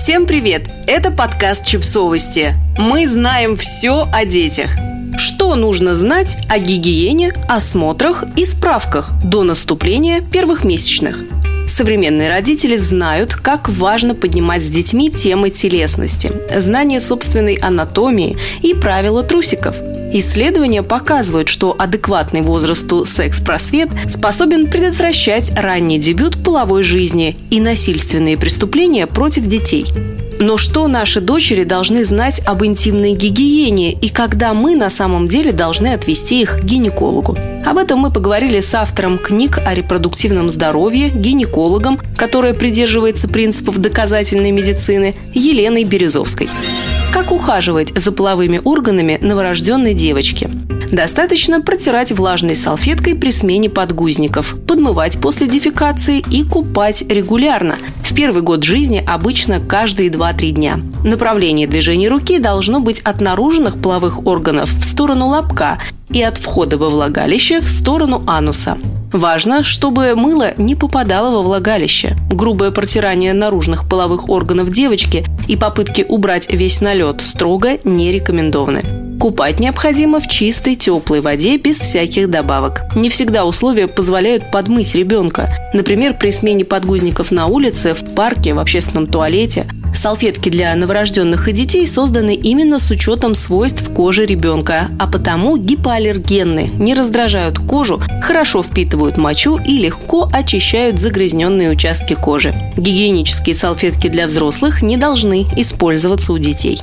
Всем привет! Это подкаст «Чипсовости». Мы знаем все о детях. Что нужно знать о гигиене, осмотрах и справках до наступления первых месячных? Современные родители знают, как важно поднимать с детьми темы телесности, знание собственной анатомии и правила трусиков. Исследования показывают, что адекватный возрасту секс-просвет способен предотвращать ранний дебют половой жизни и насильственные преступления против детей. Но что наши дочери должны знать об интимной гигиене и когда мы на самом деле должны отвести их к гинекологу? Об этом мы поговорили с автором книг о репродуктивном здоровье, гинекологом, которая придерживается принципов доказательной медицины, Еленой Березовской. Как ухаживать за половыми органами новорожденной девочки? Достаточно протирать влажной салфеткой при смене подгузников, подмывать после дефекации и купать регулярно. В первый год жизни обычно каждые 2-3 дня. Направление движения руки должно быть от наружных половых органов в сторону лобка и от входа во влагалище в сторону ануса. Важно, чтобы мыло не попадало во влагалище. Грубое протирание наружных половых органов девочки и попытки убрать весь налет строго не рекомендованы. Купать необходимо в чистой, теплой воде без всяких добавок. Не всегда условия позволяют подмыть ребенка. Например, при смене подгузников на улице, в парке, в общественном туалете. Салфетки для новорожденных и детей созданы именно с учетом свойств кожи ребенка, а потому гипоаллергенны, не раздражают кожу, хорошо впитывают мочу и легко очищают загрязненные участки кожи. Гигиенические салфетки для взрослых не должны использоваться у детей.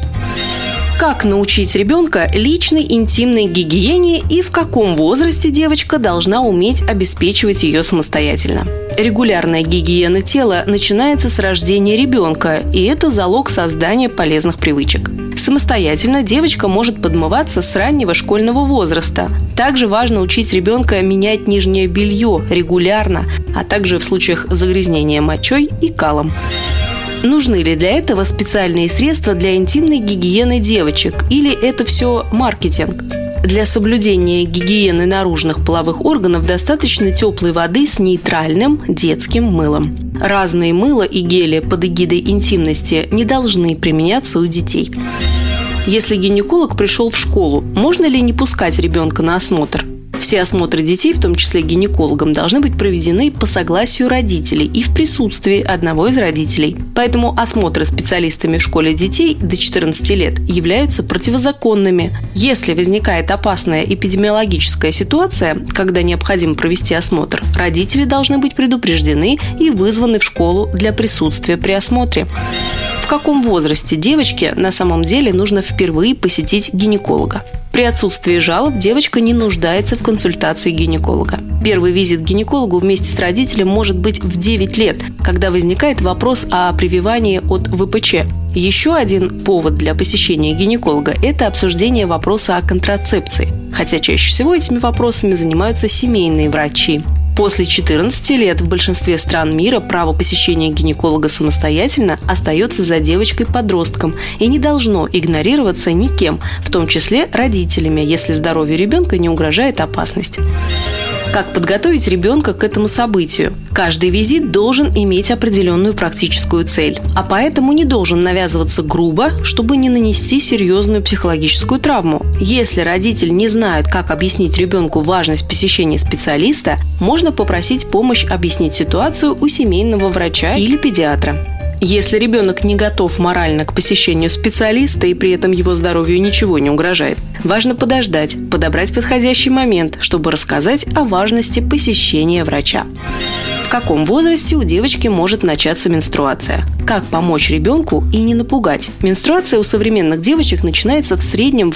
Как научить ребенка личной интимной гигиене и в каком возрасте девочка должна уметь обеспечивать ее самостоятельно? Регулярная гигиена тела начинается с рождения ребенка, и это залог создания полезных привычек. Самостоятельно девочка может подмываться с раннего школьного возраста. Также важно учить ребенка менять нижнее белье регулярно, а также в случаях загрязнения мочой и калом. Нужны ли для этого специальные средства для интимной гигиены девочек? Или это все маркетинг? Для соблюдения гигиены наружных половых органов достаточно теплой воды с нейтральным детским мылом. Разные мыла и гели под эгидой интимности не должны применяться у детей. Если гинеколог пришел в школу, можно ли не пускать ребенка на осмотр? Все осмотры детей, в том числе гинекологом, должны быть проведены по согласию родителей и в присутствии одного из родителей. Поэтому осмотры специалистами в школе детей до 14 лет являются противозаконными. Если возникает опасная эпидемиологическая ситуация, когда необходимо провести осмотр, родители должны быть предупреждены и вызваны в школу для присутствия при осмотре. В каком возрасте девочке на самом деле нужно впервые посетить гинеколога? При отсутствии жалоб девочка не нуждается в консультации гинеколога. Первый визит к гинекологу вместе с родителем может быть в 9 лет, когда возникает вопрос о прививании от ВПЧ. Еще один повод для посещения гинеколога – это обсуждение вопроса о контрацепции, хотя чаще всего этими вопросами занимаются семейные врачи. После 14 лет в большинстве стран мира право посещения гинеколога самостоятельно остается за девочкой-подростком и не должно игнорироваться никем, в том числе родителями, если здоровью ребенка не угрожает опасность. Как подготовить ребенка к этому событию? Каждый визит должен иметь определенную практическую цель, а поэтому не должен навязываться грубо, чтобы не нанести серьезную психологическую травму. Если родитель не знает, как объяснить ребенку важность посещения специалиста, можно попросить помощь объяснить ситуацию у семейного врача или педиатра. Если ребенок не готов морально к посещению специалиста и при этом его здоровью ничего не угрожает, важно подождать, подобрать подходящий момент, чтобы рассказать о важности посещения врача. В каком возрасте у девочки может начаться менструация? Как помочь ребенку и не напугать? Менструация у современных девочек начинается в среднем в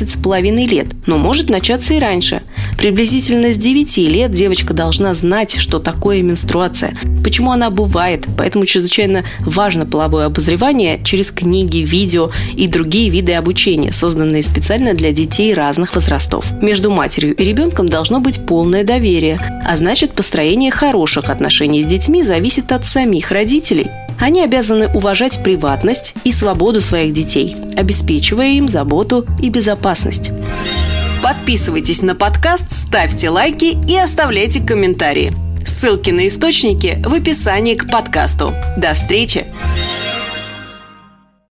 12,5 лет, но может начаться и раньше. Приблизительно с 9 лет девочка должна знать, что такое менструация, почему она бывает, поэтому чрезвычайно важно половое обозревание через книги, видео и другие виды обучения, созданные специально для детей разных возрастов. Между матерью и ребенком должно быть полное доверие, а значит, построение хороших отношений с детьми зависит от самих родителей. Они обязаны уважать приватность и свободу своих детей, обеспечивая им заботу и безопасность. Подписывайтесь на подкаст, ставьте лайки и оставляйте комментарии. Ссылки на источники в описании к подкасту. До встречи!